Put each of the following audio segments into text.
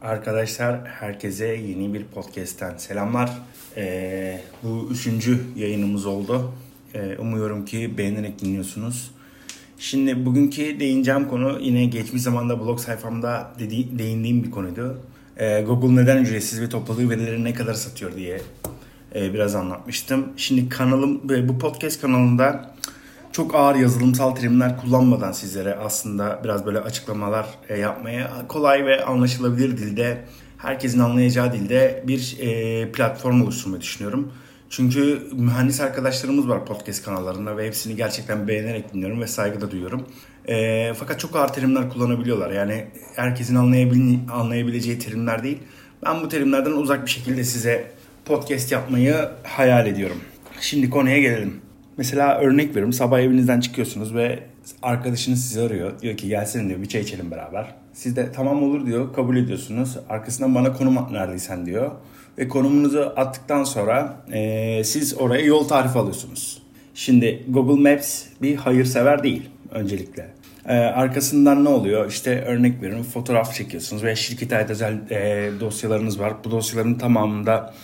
Arkadaşlar herkese yeni bir podcast'ten selamlar. Bu üçüncü yayınımız oldu. Umuyorum ki beğenerek dinliyorsunuz. Şimdi bugünkü değineceğim konu yine geçmiş zamanda blog sayfamda değindiğim bir konuydu. Google neden ücretsiz ve topladığı verileri ne kadar satıyor diye biraz anlatmıştım. Şimdi bu podcast kanalında çok ağır yazılımsal terimler kullanmadan sizlere aslında biraz böyle açıklamalar yapmaya kolay ve anlaşılabilir dilde, herkesin anlayacağı dilde bir platform oluşturmayı düşünüyorum. Çünkü mühendis arkadaşlarımız var podcast kanallarında ve hepsini gerçekten beğenerek dinliyorum ve saygı da duyuyorum. Fakat çok ağır terimler kullanabiliyorlar. Yani herkesin anlayabileceği terimler değil. Ben bu terimlerden uzak bir şekilde size podcast yapmayı hayal ediyorum. Şimdi konuya gelelim. Mesela örnek veriyorum, sabah evinizden çıkıyorsunuz ve arkadaşınız sizi arıyor. Diyor ki gelsene diyor, bir çay içelim beraber. Siz de tamam olur diyor, kabul ediyorsunuz. Arkasından bana konum at neredeysen diyor. Ve konumunuzu attıktan sonra siz oraya yol tarifi alıyorsunuz. Şimdi Google Maps bir hayırsever değil öncelikle. Arkasından ne oluyor? İşte örnek veriyorum, fotoğraf çekiyorsunuz veya şirkete ait özel dosyalarınız var. Bu dosyaların tamamında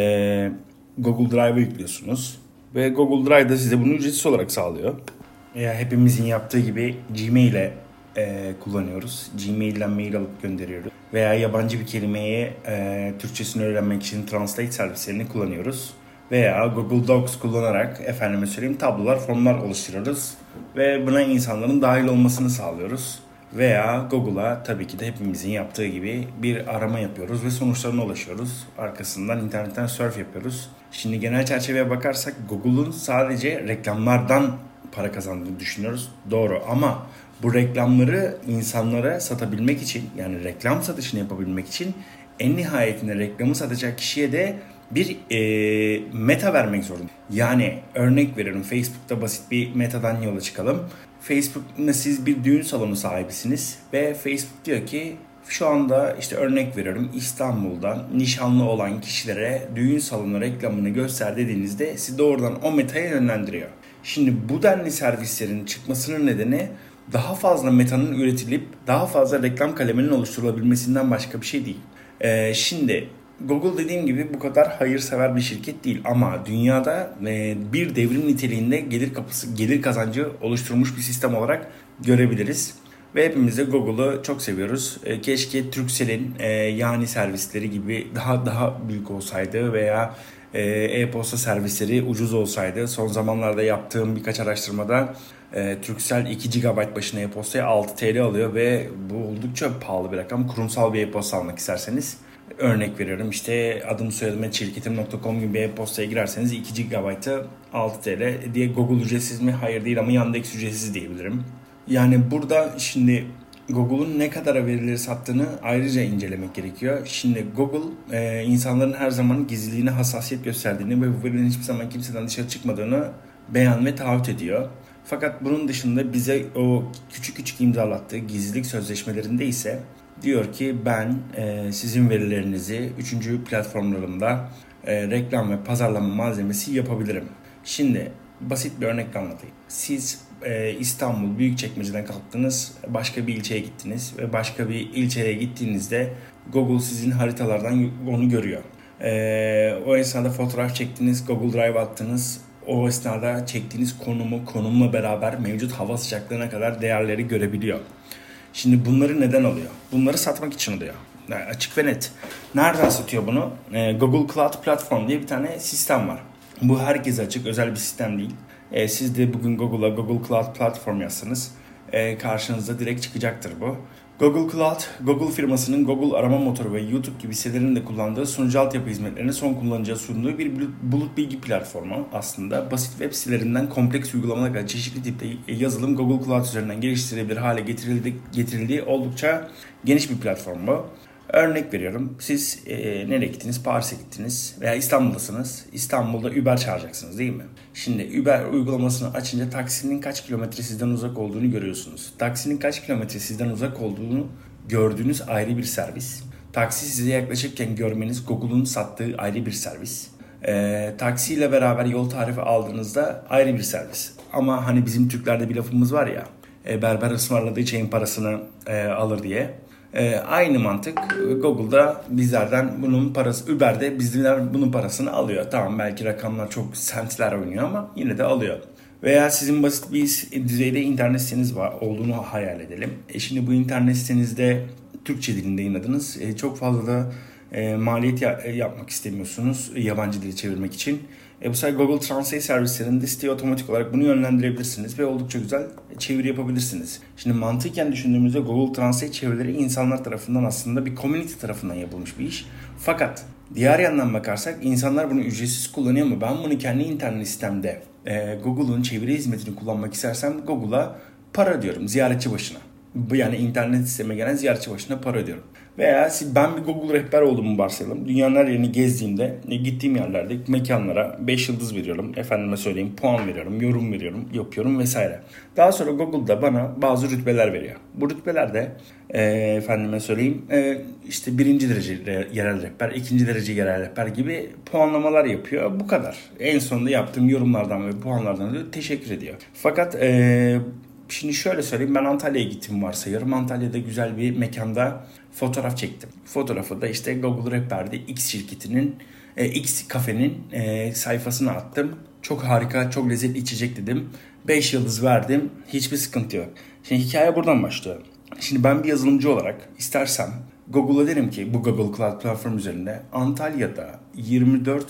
Google Drive'a yüklüyorsunuz. Ve Google Drive da size bunu ücretsiz olarak sağlıyor. Hepimizin yaptığı gibi Gmail'e kullanıyoruz. Gmail'den mail alıp gönderiyoruz. Veya yabancı bir kelimeyi Türkçesini öğrenmek için Translate servislerini kullanıyoruz. Veya Google Docs kullanarak efendime söyleyeyim tablolar, formlar oluşturuyoruz. Ve buna insanların dahil olmasını sağlıyoruz. Veya Google'a tabii ki de hepimizin yaptığı gibi bir arama yapıyoruz ve sonuçlarına ulaşıyoruz. Arkasından internetten surf yapıyoruz. Şimdi genel çerçeveye bakarsak Google'un sadece reklamlardan para kazandığını düşünüyoruz. Doğru, ama bu reklamları insanlara satabilmek için, yani reklam satışını yapabilmek için en nihayetinde reklamı satacak kişiye de bir meta vermek zorunda. Yani örnek veriyorum, Facebook'ta basit bir metadan yola çıkalım. Facebook'ta siz bir düğün salonu sahibisiniz ve Facebook diyor ki şu anda işte örnek veriyorum, İstanbul'dan nişanlı olan kişilere düğün salonu reklamını göster dediğinizde sizi doğrudan o metaya yönlendiriyor. Şimdi bu denli servislerin çıkmasının nedeni daha fazla metanın üretilip daha fazla reklam kaleminin oluşturulabilmesinden başka bir şey değil. Şimdi Google dediğim gibi bu kadar hayırsever bir şirket değil ama dünyada bir devrim niteliğinde gelir kazancı oluşturmuş bir sistem olarak görebiliriz. Ve hepimiz de Google'u çok seviyoruz. Keşke Turkcell'in yani servisleri gibi daha büyük olsaydı veya e-posta servisleri ucuz olsaydı. Son zamanlarda yaptığım birkaç araştırmada Turkcell 2 GB başına e-postaya 6 TL alıyor ve bu oldukça pahalı bir rakam. Kurumsal bir e-posta almak isterseniz, örnek veriyorum, işte adım soyadım @şirketim.com gibi bir e-postaya girerseniz 2 GB'ı 6 TL diye. Google ücretsiz mi? Hayır değil, ama Yandex ücretsiz diyebilirim. Yani burada şimdi Google'un ne kadar verileri sattığını ayrıca incelemek gerekiyor. Şimdi Google insanların her zaman gizliliğine hassasiyet gösterdiğini ve bu verilerin hiçbir zaman kimseden dışarı çıkmadığını beyan ve taahhüt ediyor. Fakat bunun dışında bize o küçük imzalattığı gizlilik sözleşmelerinde ise diyor ki ben sizin verilerinizi 3. platformlarımda reklam ve pazarlama malzemesi yapabilirim. Şimdi basit bir örnek anlatayım. Siz İstanbul Büyükçekmece'den kalktınız, başka bir ilçeye gittiniz ve başka bir ilçeye gittiğinizde Google sizin haritalardan onu görüyor. O esnada fotoğraf çektiniz, Google Drive attınız. O esnada çektiğiniz konumla beraber mevcut hava sıcaklığına kadar değerleri görebiliyor. Şimdi bunları neden alıyor? Bunları satmak için alıyor. Yani açık ve net. Nereden satıyor bunu? Google Cloud Platform diye bir tane sistem var. Bu herkese açık, özel bir sistem değil. Siz de bugün Google'a Google Cloud Platform yazsanız karşınıza direkt çıkacaktır bu. Google Cloud, Google firmasının Google arama motoru ve YouTube gibi sitelerin de kullandığı sunucu altyapı hizmetlerini son kullanıcıya sunduğu bir bulut bilgi platformu aslında. Basit web sitelerinden kompleks uygulamalara kadar çeşitli tipte yazılım Google Cloud üzerinden geliştirilebilir hale getirildiği oldukça geniş bir platform bu. Örnek veriyorum, siz nereye gittiniz? Paris'e gittiniz veya İstanbul'dasınız. İstanbul'da Uber çağıracaksınız değil mi? Şimdi Uber uygulamasını açınca taksinin kaç kilometre sizden uzak olduğunu görüyorsunuz. Taksinin kaç kilometre sizden uzak olduğunu gördüğünüz ayrı bir servis. Taksi size yaklaşırken görmeniz Google'un sattığı ayrı bir servis. Taksiyle beraber yol tarifi aldığınızda ayrı bir servis. Ama hani bizim Türklerde bir lafımız var ya, berber ısmarladığı çayın parasını alır diye. Aynı mantık Google'da bizlerden bunun parası, Uber'de bizler bunun parasını alıyor. Tamam belki rakamlar çok sentler oynuyor ama yine de alıyor. Veya sizin basit bir düzeyde internet siteniz var olduğunu hayal edelim. Şimdi bu internet sitenizde Türkçe dilinde yayınladınız. Çok fazla da maliyet yapmak istemiyorsunuz yabancı dili çevirmek için. Bu sefer Google Translate servislerinde siteyi otomatik olarak bunu yönlendirebilirsiniz ve oldukça güzel çeviri yapabilirsiniz. Şimdi mantıken düşündüğümüzde Google Translate çevirileri insanlar tarafından aslında bir community tarafından yapılmış bir iş. Fakat diğer yandan bakarsak insanlar bunu ücretsiz kullanıyor ama ben bunu kendi internet sitemde Google'un çeviri hizmetini kullanmak istersem Google'a para ödüyorum ziyaretçi başına. Yani internet sisteme gelen ziyaretçi başına para ödüyorum. Veya ben bir Google rehber olduğumu varsayalım. Dünyanın her yerini gezdiğimde gittiğim yerlerde mekanlara 5 yıldız veriyorum. Efendime söyleyeyim puan veriyorum, yorum veriyorum, yapıyorum vesaire. Daha sonra Google'da bana bazı rütbeler veriyor. Bu rütbelerde efendime söyleyeyim işte birinci derece yerel rehber, ikinci derece yerel rehber gibi puanlamalar yapıyor. Bu kadar. En sonunda yaptığım yorumlardan ve puanlardan da teşekkür ediyor. Fakat şimdi şöyle söyleyeyim, ben Antalya'ya gittim varsayıyorum. Antalya'da güzel bir mekanda fotoğraf çektim. Fotoğrafı da işte Google Rehber'de X şirketinin, X kafenin sayfasına attım. Çok harika, çok lezzetli içecek dedim. 5 yıldız verdim. Hiçbir sıkıntı yok. Şimdi hikaye buradan başlıyor. Şimdi ben bir yazılımcı olarak istersem Google'a derim ki bu Google Cloud Platform üzerinde Antalya'da 24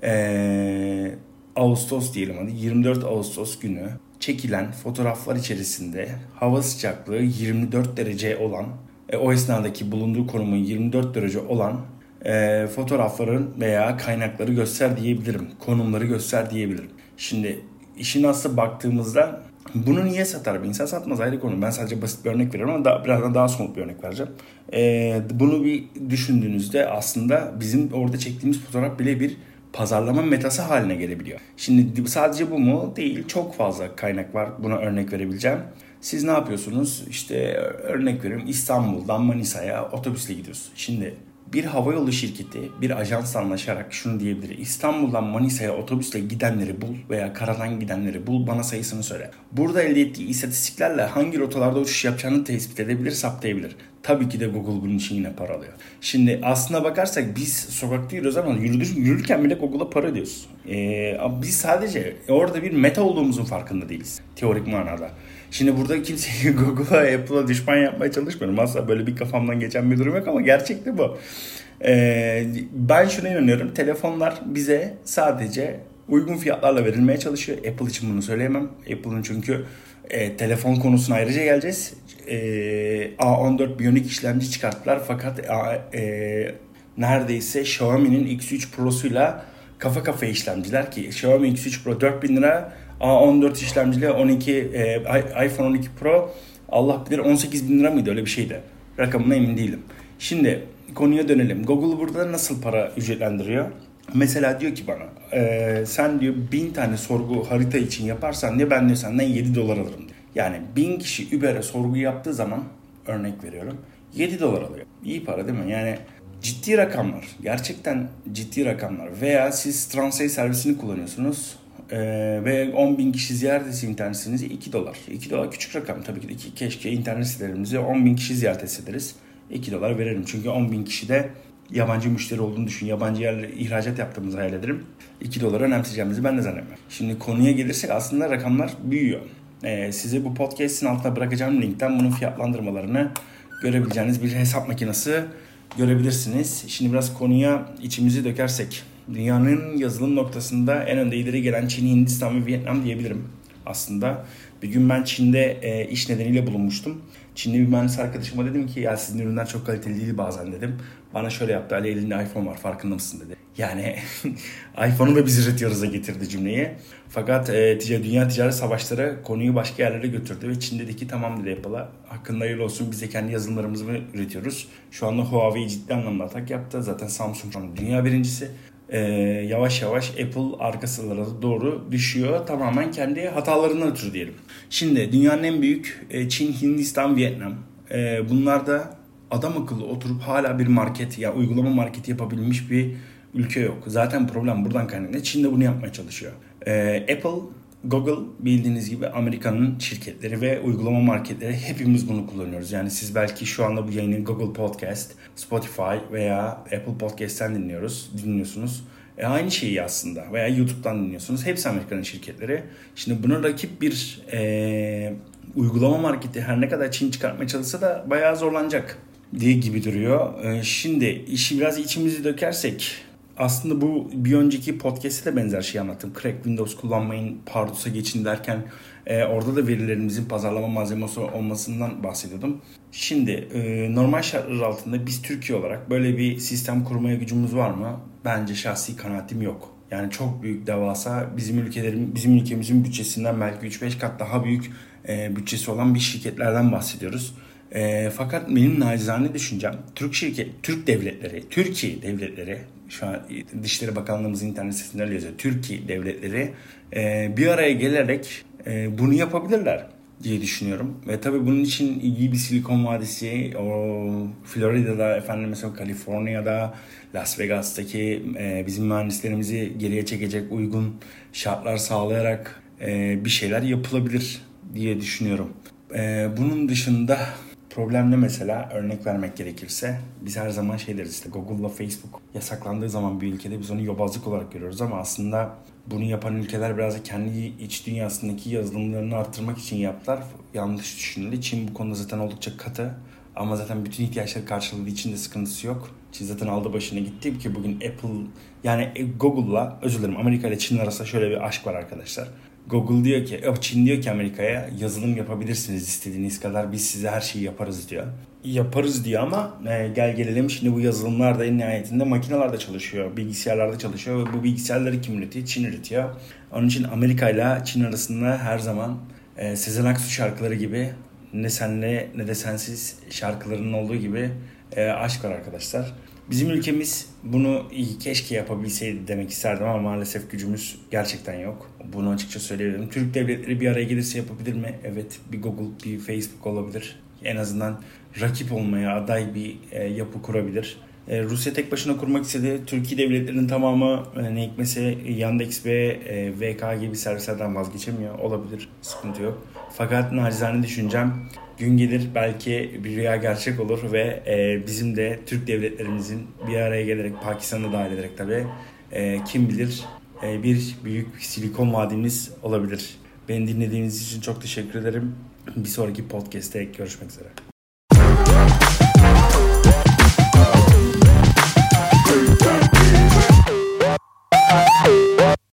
Ağustos diyelim hadi 24 Ağustos günü çekilen fotoğraflar içerisinde hava sıcaklığı 24 derece olan, o esnadaki bulunduğu konumun 24 derece olan fotoğrafların veya kaynakları göster diyebilirim. Konumları göster diyebilirim. Şimdi işin aslına baktığımızda bunu niye satar bir insan? Satmaz, ayrı konu. Ben sadece basit bir örnek veriyorum ama birazdan daha somut bir örnek vereceğim. Bunu bir düşündüğünüzde aslında bizim orada çektiğimiz fotoğraf bile bir pazarlama metası haline gelebiliyor. Şimdi sadece bu mu? Değil. Çok fazla kaynak var. Buna örnek verebileceğim. Siz ne yapıyorsunuz? İşte örnek veriyorum, İstanbul'dan Manisa'ya otobüsle gidiyorsunuz. Şimdi bir havayolu şirketi bir ajansla anlaşarak şunu diyebilir. İstanbul'dan Manisa'ya otobüsle gidenleri bul veya karadan gidenleri bul, bana sayısını söyle. Burada elde ettiği istatistiklerle hangi rotalarda uçuş yapacağını tespit edebilir, saptayabilir. Tabii ki de Google bunun için yine para alıyor. Şimdi aslına bakarsak biz sokakta yürüyoruz ama yürürken bile Google'a para ödüyoruz. Biz sadece orada bir meta olduğumuzun farkında değiliz. Teorik manada. Şimdi burada kimseyi Google'a, Apple'a düşman yapmaya çalışmıyorum. Aslında böyle bir kafamdan geçen bir durum yok ama gerçekte bu. Ben şuna inanıyorum. Telefonlar bize sadece uygun fiyatlarla verilmeye çalışıyor. Apple için bunu söyleyemem. Apple'ın çünkü telefon konusuna ayrıca geleceğiz. A14 Bionic işlemci çıkarttılar fakat neredeyse Xiaomi'nin X3 Pro'suyla kafa kafaya işlemciler ki Xiaomi X3 Pro 4000 lira, A14 işlemciyle iPhone 12 Pro Allah bilir 18 bin lira mıydı, öyle bir şeydi. Rakamına emin değilim. Şimdi konuya dönelim. Google burada nasıl para ücretlendiriyor? Mesela diyor ki bana sen diyor 1000 tane sorgu harita için yaparsan diyor ben diyor senden 7 dolar alırım diyor. Yani 1000 kişi Uber'e sorgu yaptığı zaman örnek veriyorum 7 dolar alıyor. İyi para değil mi? Yani ciddi rakamlar. Gerçekten ciddi rakamlar. Veya siz Translate servisini kullanıyorsunuz ve 10.000 kişi ziyaret etse internet sitenizi 2 dolar. 2 dolar küçük rakam tabii ki de. Keşke internet sitelerimizi 10.000 kişi ziyaret etsediriz. 2 dolar veririm. Çünkü 10.000 kişi de yabancı müşteri olduğunu düşün. Yabancı yerlere ihracat yaptığımızı hayal ederim. 2 dolara önemseyeceğimizi ben de zannetmem. Şimdi konuya gelirsek aslında rakamlar büyüyor. Size bu podcast'in altına bırakacağım linkten bunun fiyatlandırmalarını görebileceğiniz bir hesap makinesi görebilirsiniz. Şimdi biraz konuya içimizi dökersek. Dünyanın yazılım noktasında en önde ileri gelen Çin, Hindistan ve Vietnam diyebilirim aslında. Bir gün ben Çin'de iş nedeniyle bulunmuştum. Çinli bir mühendis arkadaşıma dedim ki ya sizin ürünler çok kaliteli değil bazen dedim. Bana şöyle yaptı, Ali elinde iPhone var farkında mısın dedi. Yani iPhone'u da biz üretiyoruz'a getirdi cümleyi. Fakat dünya ticaret savaşları konuyu başka yerlere götürdü ve Çin dedi ki tamam dedi Apple'a hakkında hayırlı olsun, biz de kendi yazılımlarımızı üretiyoruz. Şu anda Huawei ciddi anlamda atak yaptı. Zaten Samsung şu an dünya birincisi. Yavaş yavaş Apple arka sıralara doğru düşüyor. Tamamen kendi hatalarından ötürü diyelim. Şimdi dünyanın en büyük Çin, Hindistan, Vietnam. Bunlar da adam akıllı oturup hala bir market, yani uygulama marketi yapabilmiş bir ülke yok. Zaten problem buradan kaynaklı. Çin de bunu yapmaya çalışıyor. Apple Google bildiğiniz gibi Amerika'nın şirketleri ve uygulama marketleri, hepimiz bunu kullanıyoruz. Yani siz belki şu anda bu yayını Google Podcast, Spotify veya Apple Podcast'ten dinliyorsunuz. Aynı şeyi aslında, veya YouTube'dan dinliyorsunuz. Hepsi Amerika'nın şirketleri. Şimdi buna rakip bir uygulama marketi her ne kadar Çin çıkartmaya çalışsa da bayağı zorlanacak diye gibi duruyor. Şimdi işi biraz içimizi dökersek, aslında bu bir önceki podcast'te de benzer şey anlattım. Crack Windows kullanmayın, Pardus'a geçin derken orada da verilerimizin pazarlama malzemesi olmasından bahsediyordum. Şimdi normal şartlar altında biz Türkiye olarak böyle bir sistem kurmaya gücümüz var mı? Bence şahsi kanaatim yok. Yani çok büyük, devasa, bizim ülkemizin bütçesinden belki 3-5 kat daha büyük bütçesi olan bir şirketlerden bahsediyoruz. Fakat benim nacizane düşüncem Türkiye devletleri, şu an Dışişleri Bakanlığımızın internet sitesinde öyle yazıyor. Türkiye devletleri bir araya gelerek bunu yapabilirler diye düşünüyorum. Ve tabii bunun için iyi bir Silikon Vadisi, Florida'da, mesela Kaliforniya'da, Las Vegas'taki bizim mühendislerimizi geriye çekecek uygun şartlar sağlayarak bir şeyler yapılabilir diye düşünüyorum. Bunun dışında problemle, mesela örnek vermek gerekirse, biz her zaman deriz, işte Google'la Facebook yasaklandığı zaman bir ülkede biz onu yobazlık olarak görüyoruz, ama aslında bunu yapan ülkeler biraz da kendi iç dünyasındaki yazılımlarını arttırmak için yaptılar. Yanlış düşünüldü. Çin bu konuda zaten oldukça katı, ama zaten bütün ihtiyaçları karşıladığı için de sıkıntısı yok. Çin zaten aldı başına gitti ki bugün Amerika ile Çin arasında şöyle bir aşk var arkadaşlar. Çin diyor ki Amerika'ya, yazılım yapabilirsiniz istediğiniz kadar, biz size her şeyi yaparız diyor. Yaparız diyor ama gel gelelim, şimdi bu yazılımlar da en nihayetinde makinelerde çalışıyor, bilgisayarlarda çalışıyor ve bu bilgisayarları kim üretiyor? Çin üretiyor. Onun için Amerika ile Çin arasında her zaman Sezen Aksu şarkıları gibi, ne senle ne de sensiz şarkılarının olduğu gibi aşk var arkadaşlar. Bizim ülkemiz bunu keşke yapabilseydi demek isterdim, ama maalesef gücümüz gerçekten yok. Bunu açıkça söyleyebilirim. Türk devletleri bir araya gelirse yapabilir mi? Evet, bir Google, bir Facebook olabilir. En azından rakip olmaya aday bir yapı kurabilir. Rusya tek başına kurmak istedi. Türkiye devletlerinin tamamı ne hikmetse Yandex ve VK gibi servislerden vazgeçemiyor. Olabilir, sıkıntı yok. Fakat nacizane düşüncem, gün gelir belki bir rüya gerçek olur ve bizim de Türk devletlerimizin bir araya gelerek, Pakistan'ı dahil ederek tabii, kim bilir bir büyük Silikon Vadimiz olabilir. Beni dinlediğiniz için çok teşekkür ederim. Bir sonraki podcast'te görüşmek üzere.